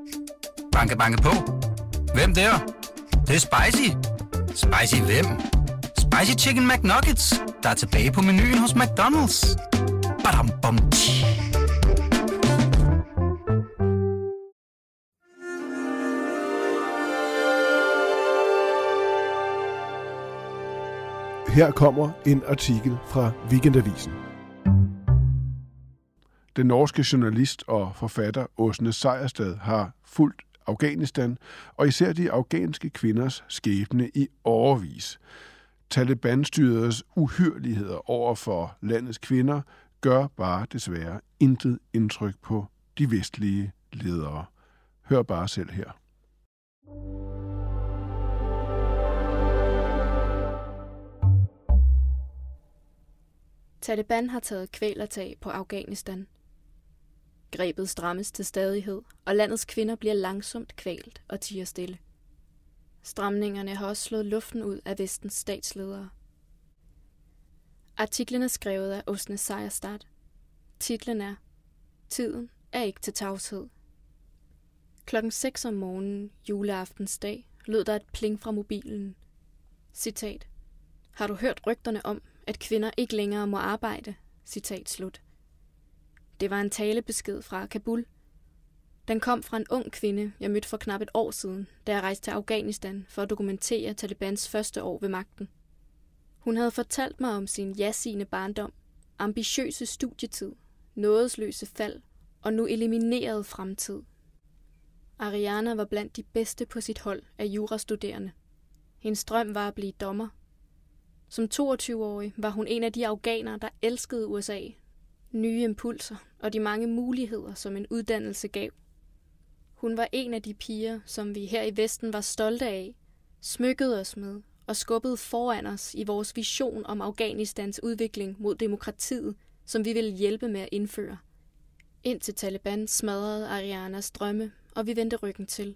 Banke, banke på. Hvem der? Det er spicy. Spicy hvem? Spicy Chicken McNuggets, der er tilbage på menuen hos McDonald's. Badum, bom, Her kommer en artikel fra Weekendavisen. Den norske journalist og forfatter Åsne Seierstad har fulgt Afghanistan og især de afghanske kvinders skæbne i årevis. Taliban-styredes uhyrligheder over for landets kvinder gør bare desværre intet indtryk på de vestlige ledere. Hør bare selv her. Taliban har taget kvælertag på Afghanistan. Grebet strammes til stadighed, og landets kvinder bliver langsomt kvalt og tier stille. Stramningerne har også slået luften ud af vestens statsledere. Artiklen er skrevet af Åsne Seierstad. Titlen er "Tiden er ikke til tavshed". 6:00 om morgenen, juleaftensdag, lød der et pling fra mobilen. Citat. "Har du hørt rygterne om, at kvinder ikke længere må arbejde?" Citat slut. Det var en talebesked fra Kabul. Den kom fra en ung kvinde, jeg mødte for knap et år siden, da jeg rejste til Afghanistan for at dokumentere Talibans første år ved magten. Hun havde fortalt mig om sin jasigende barndom, ambitiøse studietid, nådesløse fald og nu elimineret fremtid. Ariana var blandt de bedste på sit hold af jurastuderende. Hendes drøm var at blive dommer. Som 22-årig var hun en af de afghanere, der elskede USA, nye impulser og de mange muligheder, som en uddannelse gav. Hun var en af de piger, som vi her i Vesten var stolte af, smykkede os med og skubbede foran os i vores vision om Afghanistans udvikling mod demokratiet, som vi ville hjælpe med at indføre. Indtil Taliban smadrede Arianas drømme, og vi vendte ryggen til.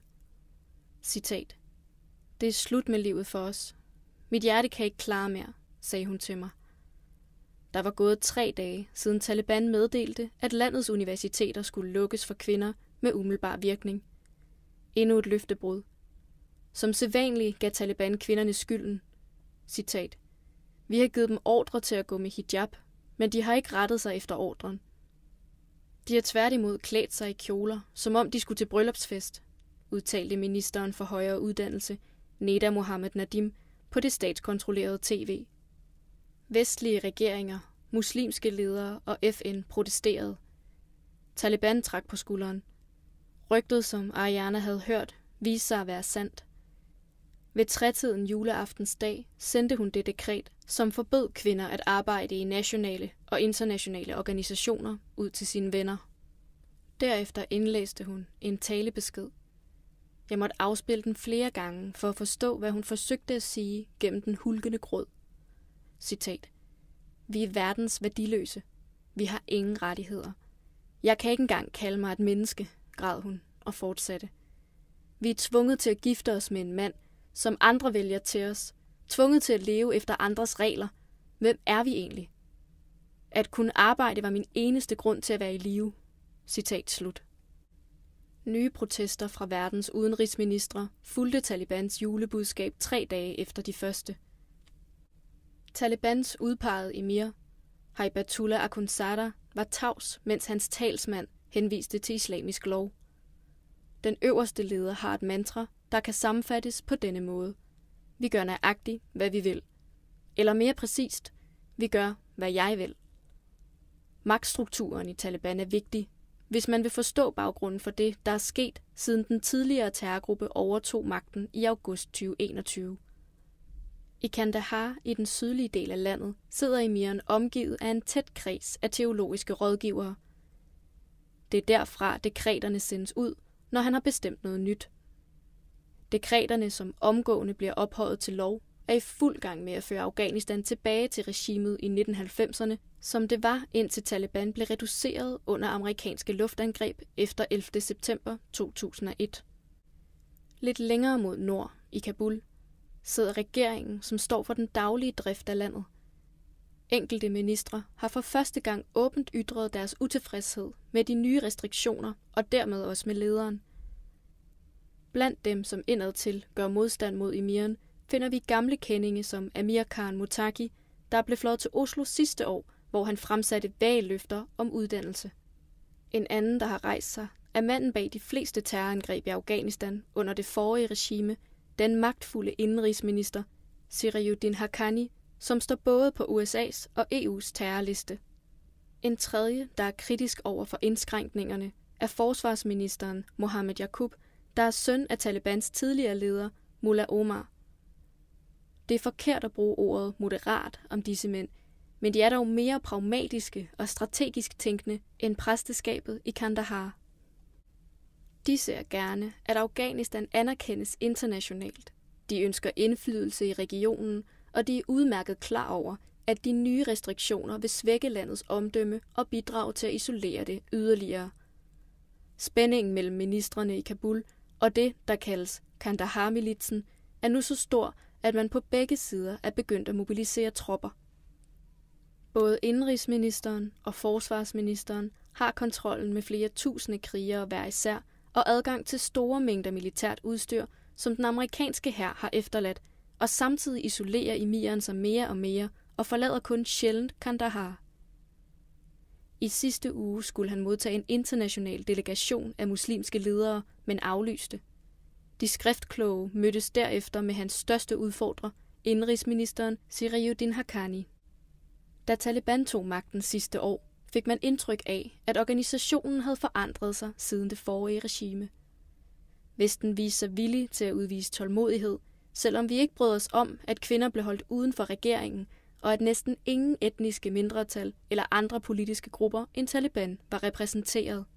Citat. "Det er slut med livet for os. Mit hjerte kan ikke klare mere", sagde hun til mig. Der var gået 3 dage, siden Taliban meddelte, at landets universiteter skulle lukkes for kvinder med umiddelbar virkning. Endnu et løftebrud. Som sædvanligt gav Taliban kvinderne skylden. Citat. "Vi har givet dem ordre til at gå med hijab, men de har ikke rettet sig efter ordren. De har tværtimod klædt sig i kjoler, som om de skulle til bryllupsfest", udtalte ministeren for højere uddannelse, Neda Mohammed Nadim, på det statskontrollerede tv. Vestlige regeringer, muslimske ledere og FN protesterede. Taliban trak på skulderen. Rygtet, som Ariana havde hørt, viste sig at være sandt. Ved 3-tiden juleaftensdag sendte hun det dekret, som forbød kvinder at arbejde i nationale og internationale organisationer ud til sine venner. Derefter indlæste hun en talebesked. Jeg måtte afspille den flere gange for at forstå, hvad hun forsøgte at sige gennem den hulkende gråd. Citat. "Vi er verdens værdiløse. Vi har ingen rettigheder. Jeg kan ikke engang kalde mig et menneske", græd hun og fortsatte. "Vi er tvunget til at gifte os med en mand, som andre vælger til os. Tvunget til at leve efter andres regler. Hvem er vi egentlig? At kunne arbejde var min eneste grund til at være i live." Citat slut. Nye protester fra verdens udenrigsministre fulgte Talibans julebudskab 3 dage efter de første. Talibans udpegede emir, Haibatullah Akhundzada, var tavs, mens hans talsmand henviste til islamisk lov. Den øverste leder har et mantra, der kan sammenfattes på denne måde. Vi gør nøjagtigt, hvad vi vil. Eller mere præcist, vi gør, hvad jeg vil. Magtstrukturen i Taliban er vigtig, hvis man vil forstå baggrunden for det, der er sket, siden den tidligere terrorgruppe overtog magten i august 2021. I Kandahar, i den sydlige del af landet, sidder emiren omgivet af en tæt kreds af teologiske rådgivere. Det er derfra, dekreterne sendes ud, når han har bestemt noget nyt. Dekreterne, som omgående bliver ophøjet til lov, er i fuld gang med at føre Afghanistan tilbage til regimet i 1990'erne, som det var, indtil Taliban blev reduceret under amerikanske luftangreb efter 11. september 2001. Lidt længere mod nord, i Kabul, sidder regeringen, som står for den daglige drift af landet. Enkelte ministre har for første gang åbent ytret deres utilfredshed med de nye restriktioner og dermed også med lederen. Blandt dem, som indadtil gør modstand mod emiren, finder vi gamle kendinge som Amir Khan Muttaqi, der blev fløjet til Oslo sidste år, hvor han fremsatte vage løfter om uddannelse. En anden, der har rejst sig, er manden bag de fleste terrorangreb i Afghanistan under det forrige regime, den magtfulde indenrigsminister Sirajuddin Haqqani, som står både på USA's og EU's terrorliste. En tredje, der er kritisk over for indskrænkningerne, er forsvarsministeren Mohammed Yaqub, der er søn af Talibans tidligere leder Mullah Omar. Det er forkert at bruge ordet moderat om disse mænd, men de er dog mere pragmatiske og strategisk tænkende end præsteskabet i Kandahar. De ser gerne, at Afghanistan anerkendes internationalt. De ønsker indflydelse i regionen, og de er udmærket klar over, at de nye restriktioner vil svække landets omdømme og bidrage til at isolere det yderligere. Spændingen mellem ministrene i Kabul og det, der kaldes Kandahar-militsen, er nu så stor, at man på begge sider er begyndt at mobilisere tropper. Både indenrigsministeren og forsvarsministeren har kontrollen med flere tusinde krigere hver især og adgang til store mængder militært udstyr, som den amerikanske hær har efterladt, og samtidig isolerer emiren sig mere og mere og forlader kun sjældent Kandahar. I sidste uge skulle han modtage en international delegation af muslimske ledere, men aflyste. De skriftkloge mødtes derefter med hans største udfordrer, indenrigsministeren Sirajuddin Haqqani. Da Taliban tog magten sidste år, fik man indtryk af, at organisationen havde forandret sig siden det forrige regime. Vesten viste sig villig til at udvise tålmodighed, selvom vi ikke brød os om, at kvinder blev holdt uden for regeringen, og at næsten ingen etniske mindretal eller andre politiske grupper end Taliban var repræsenteret.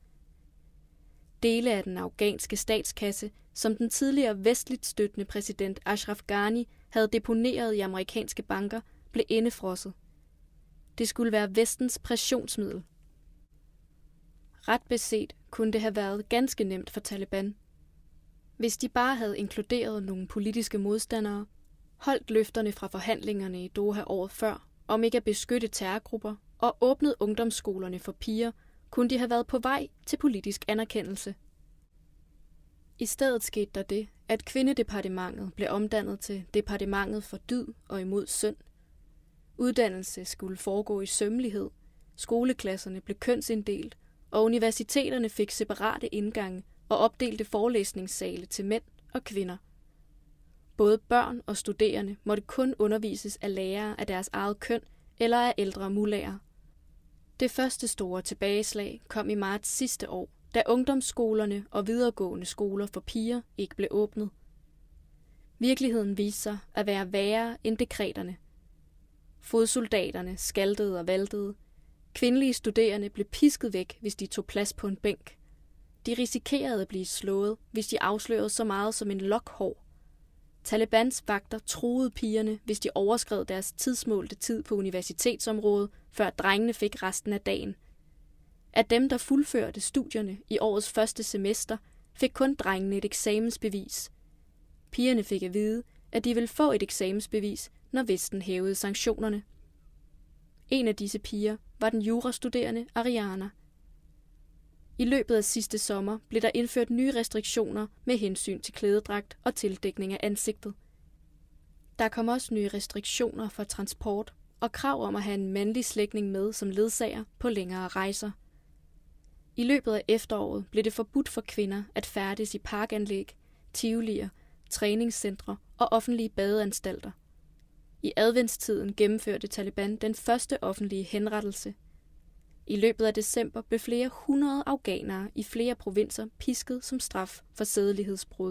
Dele af den afghanske statskasse, som den tidligere vestligt støttende præsident Ashraf Ghani havde deponeret i amerikanske banker, blev indefrosset. Det skulle være vestens pressionsmiddel. Ret beset kunne det have været ganske nemt for Taliban. Hvis de bare havde inkluderet nogle politiske modstandere, holdt løfterne fra forhandlingerne i Doha året før, om ikke at beskytte terrorgrupper, og åbnet ungdomsskolerne for piger, kunne de have været på vej til politisk anerkendelse. I stedet skete der det, at kvindedepartementet blev omdannet til departementet for dyd og imod synd. Uddannelse skulle foregå i sømmelighed, skoleklasserne blev kønsinddelt, og universiteterne fik separate indgange og opdelte forelæsningssale til mænd og kvinder. Både børn og studerende måtte kun undervises af lærere af deres eget køn eller af ældre mullaher. Det første store tilbageslag kom i marts sidste år, da ungdomsskolerne og videregående skoler for piger ikke blev åbnet. Virkeligheden viste sig at være værre end dekreterne. Fodsoldaterne skaltede og valtede. Kvindelige studerende blev pisket væk, hvis de tog plads på en bænk. De risikerede at blive slået, hvis de afslørede så meget som en lok hår. Talibans vagter truede pigerne, hvis de overskred deres tidsmålte tid på universitetsområdet, før drengene fik resten af dagen. Af dem, der fuldførte studierne i årets første semester, fik kun drengene et eksamensbevis. Pigerne fik at vide, at de ville få et eksamensbevis, når Vesten hævede sanktionerne. En af disse piger var den jurastuderende Ariana. I løbet af sidste sommer blev der indført nye restriktioner med hensyn til klædedragt og tildækning af ansigtet. Der kom også nye restriktioner for transport og krav om at have en mandlig slægtning med som ledsager på længere rejser. I løbet af efteråret blev det forbudt for kvinder at færdes i parkanlæg, tivolier, træningscentre og offentlige badeanstalter. I adventstiden gennemførte Taliban den første offentlige henrettelse. I løbet af december blev flere 100 afghanere i flere provinser pisket som straf for sædelighedsbrud.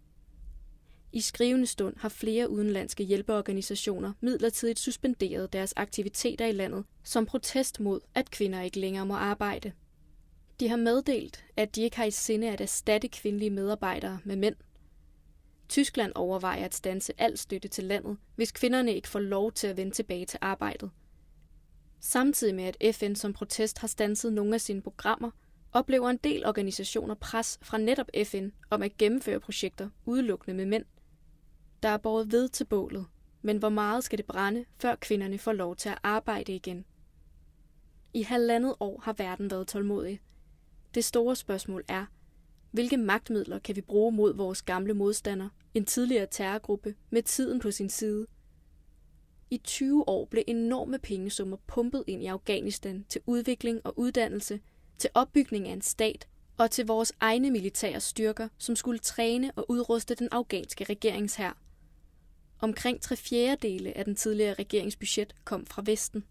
I skrivende stund har flere udenlandske hjælpeorganisationer midlertidigt suspenderet deres aktiviteter i landet som protest mod, at kvinder ikke længere må arbejde. De har meddelt, at de ikke har i sinde at erstatte kvindelige medarbejdere med mænd. Tyskland overvejer at standse al støtte til landet, hvis kvinderne ikke får lov til at vende tilbage til arbejdet. Samtidig med at FN som protest har standset nogle af sine programmer, oplever en del organisationer pres fra netop FN om at gennemføre projekter udelukkende med mænd. Der er båret ved til bålet, men hvor meget skal det brænde, før kvinderne får lov til at arbejde igen? I 1,5 år har verden været tålmodig. Det store spørgsmål er, Hvilke magtmidler kan vi bruge mod vores gamle modstander, en tidligere terrorgruppe, med tiden på sin side? I 20 år blev enorme pengesummer pumpet ind i Afghanistan til udvikling og uddannelse, til opbygning af en stat og til vores egne militære styrker, som skulle træne og udruste den afghanske regeringshær. Omkring 3/4 af den tidligere regeringsbudget kom fra Vesten.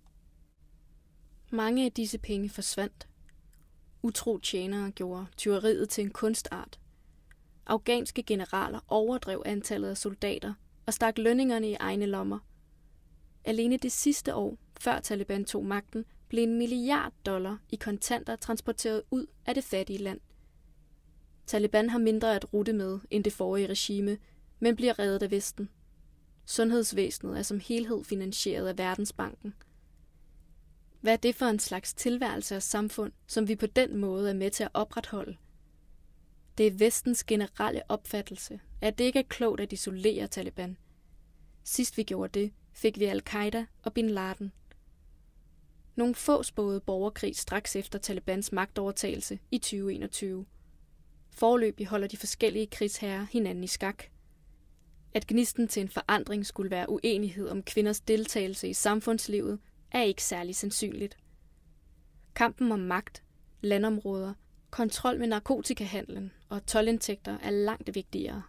Mange af disse penge forsvandt. Utro tjenere gjorde tyveriet til en kunstart. Afghanske generaler overdrev antallet af soldater og stak lønningerne i egne lommer. Alene det sidste år, før Taliban tog magten, blev $1 milliard i kontanter transporteret ud af det fattige land. Taliban har mindre at rutte med end det forrige regime, men bliver reddet af Vesten. Sundhedsvæsenet er som helhed finansieret af Verdensbanken. Hvad er det for en slags tilværelse og samfund, som vi på den måde er med til at opretholde? Det er Vestens generelle opfattelse, at det ikke er klogt at isolere Taliban. Sidst vi gjorde det, fik vi Al-Qaida og Bin Laden. Nogle få spåede borgerkrig straks efter Talibans magtovertagelse i 2021. Foreløbig holder de forskellige krigsherrer hinanden i skak. At gnisten til en forandring skulle være uenighed om kvinders deltagelse i samfundslivet, er ikke særlig sandsynligt. Kampen om magt, landområder, kontrol med narkotikahandlen og toldindtægter er langt vigtigere.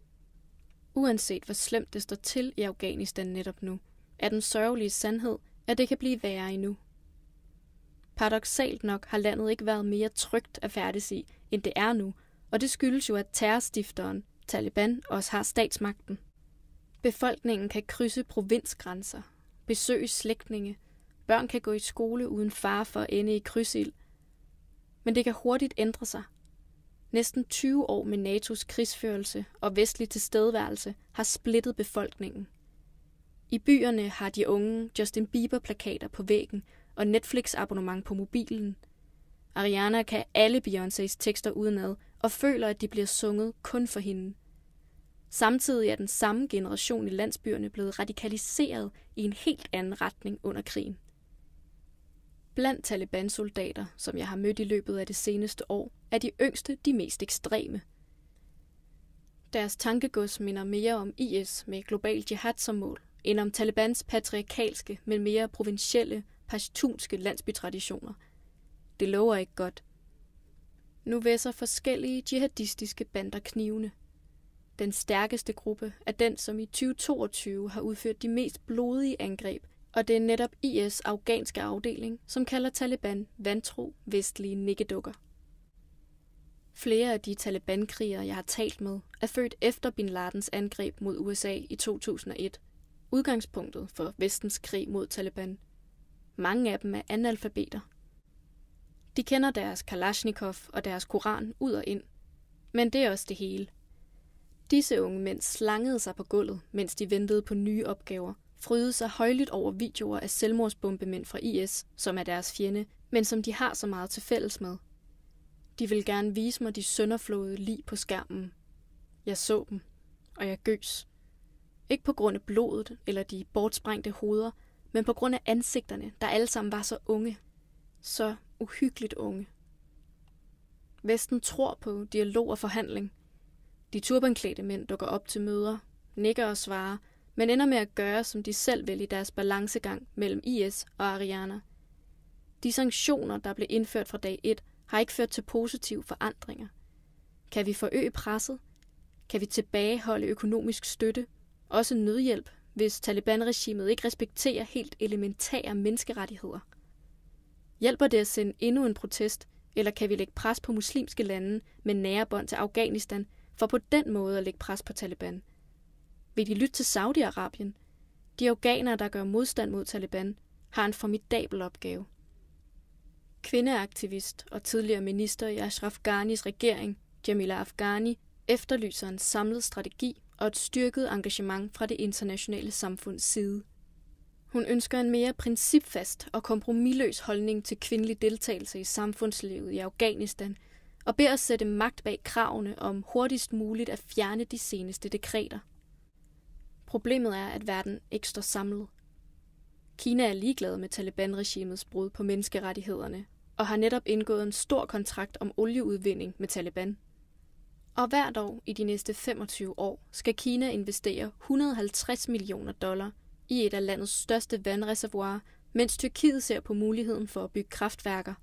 Uanset hvor slemt det står til i Afghanistan netop nu, er den sørgelige sandhed, at det kan blive værre endnu. Paradoksalt nok har landet ikke været mere trygt at færdes i, end det er nu, og det skyldes jo, at terrorstifteren, Taliban, også har statsmagten. Befolkningen kan krydse provinsgrænser, besøge slægtninge, børn kan gå i skole uden fare for at ende i krydsild. Men det kan hurtigt ændre sig. Næsten 20 år med NATO's krigsførelse og vestlig tilstedeværelse har splittet befolkningen. I byerne har de unge Justin Bieber-plakater på væggen og Netflix-abonnement på mobilen. Ariana kan alle Beyoncés tekster udenad og føler, at de bliver sunget kun for hende. Samtidig er den samme generation i landsbyerne blevet radikaliseret i en helt anden retning under krigen. Blandt Taliban-soldater, som jeg har mødt i løbet af det seneste år, er de yngste de mest ekstreme. Deres tankegods minder mere om IS med global jihad som mål, end om Talibans patriarkalske, men mere provincielle, pashtunske landsbytraditioner. Det lover ikke godt. Nu væsser forskellige jihadistiske bander knivene. Den stærkeste gruppe er den, som i 2022 har udført de mest blodige angreb, og det er netop IS' afghanske afdeling, som kalder Taliban vantro vestlige nikkedukker. Flere af de Taliban-krigere, jeg har talt med, er født efter Bin Ladens angreb mod USA i 2001. Udgangspunktet for Vestens krig mod Taliban. Mange af dem er analfabeter. De kender deres Kalashnikov og deres Koran ud og ind. Men det er også det hele. Disse unge mænd slangede sig på gulvet, mens de ventede på nye opgaver, frydede sig højlydt over videoer af selvmordsbombemænd fra IS, som er deres fjende, men som de har så meget til fælles med. De vil gerne vise mig de sønderflåede lig på skærmen. Jeg så dem, og jeg gøs. Ikke på grund af blodet eller de bortsprængte hoveder, men på grund af ansigterne, der alle sammen var så unge. Så uhyggeligt unge. Vesten tror på dialog og forhandling. De turbanklædte mænd dukker op til møder, nikker og svarer, men ender med at gøre, som de selv vil i deres balancegang mellem IS og Ariana. De sanktioner, der blev indført fra dag 1, har ikke ført til positive forandringer. Kan vi forøge presset? Kan vi tilbageholde økonomisk støtte? Også nødhjælp, hvis Taliban-regimet ikke respekterer helt elementære menneskerettigheder? Hjælper det at sende endnu en protest, eller kan vi lægge pres på muslimske lande med nære bånd til Afghanistan, for på den måde at lægge pres på Taliban? Vil de lytte til Saudi-Arabien? De afghanere, der gør modstand mod Taliban, har en formidabel opgave. Kvindeaktivist og tidligere minister i Ashraf Ghanis regering, Jamila Afghani, efterlyser en samlet strategi og et styrket engagement fra det internationale samfunds side. Hun ønsker en mere principfast og kompromisløs holdning til kvindelig deltagelse i samfundslivet i Afghanistan, og beder at sætte magt bag kravene om hurtigst muligt at fjerne de seneste dekreter. Problemet er, at verden ikke står samlet. Kina er ligeglad med Taliban-regimets brud på menneskerettighederne, og har netop indgået en stor kontrakt om olieudvinding med Taliban. Og hvert år i de næste 25 år skal Kina investere $150 millioner i et af landets største vandreservoirer, mens Tyrkiet ser på muligheden for at bygge kraftværker.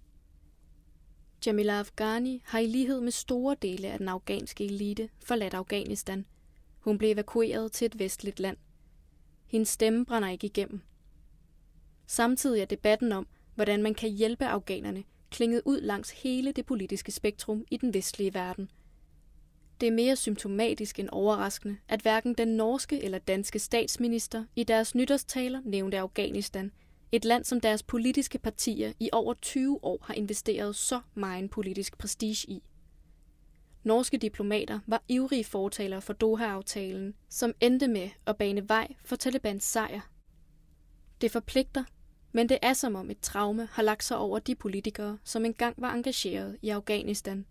Jamila Afghani har i lighed med store dele af den afghanske elite forladt Afghanistan. Hun blev evakueret til et vestligt land. Hendes stemme brænder ikke igennem. Samtidig er debatten om, hvordan man kan hjælpe afghanerne, klinget ud langs hele det politiske spektrum i den vestlige verden. Det er mere symptomatisk end overraskende, at hverken den norske eller danske statsminister i deres nytårstaler nævnte Afghanistan, et land som deres politiske partier i over 20 år har investeret så meget politisk prestige i. Norske diplomater var ivrige fortalere for Doha-aftalen, som endte med at bane vej for Talibans sejr. Det forpligter, men det er som om et traume har lagt sig over de politikere, som engang var engageret i Afghanistan.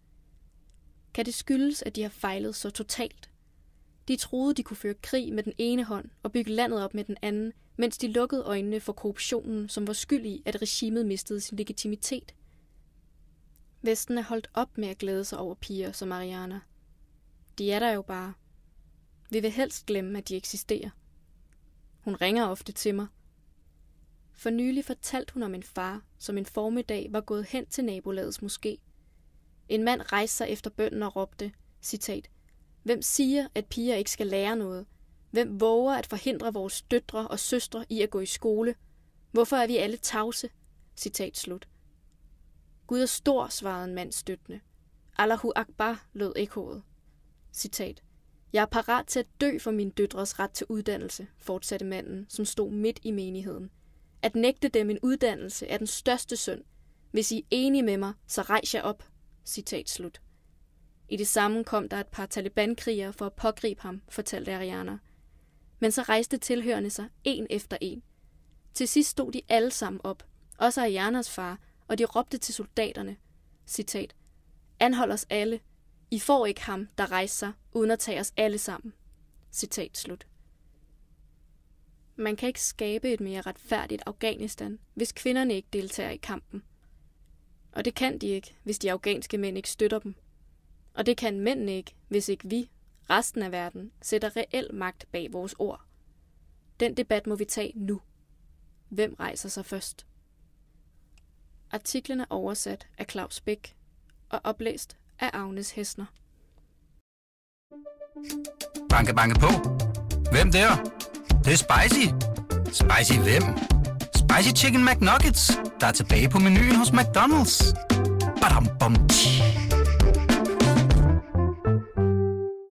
Kan det skyldes, at de har fejlet så totalt? De troede, de kunne føre krig med den ene hånd og bygge landet op med den anden, mens de lukkede øjnene for korruptionen, som var skyld i, at regimet mistede sin legitimitet. Vesten er holdt op med at glæde sig over piger som Ariana. De er der jo bare. Vi vil helst glemme, at de eksisterer. Hun ringer ofte til mig. For nylig fortalte hun om en far, som en formiddag var gået hen til nabolagets moské. En mand rejste sig efter bønnen og råbte, citat, "Hvem siger, at piger ikke skal lære noget? Hvem våger at forhindre vores døtre og søstre i at gå i skole? Hvorfor er vi alle tavse?" Citat slut. "Gud er stor," svarede en mand støttende. "Allahu Akbar," lød ekkoet. Citat. "Jeg er parat til at dø for min døtres ret til uddannelse," fortsatte manden, som stod midt i menigheden. "At nægte dem en uddannelse er den største synd. Hvis I er enige med mig, så rejs jer op." Citat slut. I det samme kom der et par Taliban-krigere for at pågribe ham, fortalte Ariana. Men så rejste tilhørende sig en efter en. Til sidst stod de alle sammen op, også Arianas far, og de råbte til soldaterne, citat, "Anhold os alle. I får ikke ham, der rejser sig, uden at tage os alle sammen." Citat slut. Man kan ikke skabe et mere retfærdigt Afghanistan, hvis kvinderne ikke deltager i kampen. Og det kan de ikke, hvis de afghanske mænd ikke støtter dem. Og det kan mændene ikke, hvis ikke vi, resten af verden, sætter reel magt bag vores ord. Den debat må vi tage nu. Hvem rejser sig først? Artiklen er oversat af Claus Bæk og oplæst af Agnes Hessner. Banke, banke på. Hvem der? Det er spicy. Spicy hvem? Spicy Chicken McNuggets, der er tilbage på menuen hos McDonald's. Badum, bom, tji.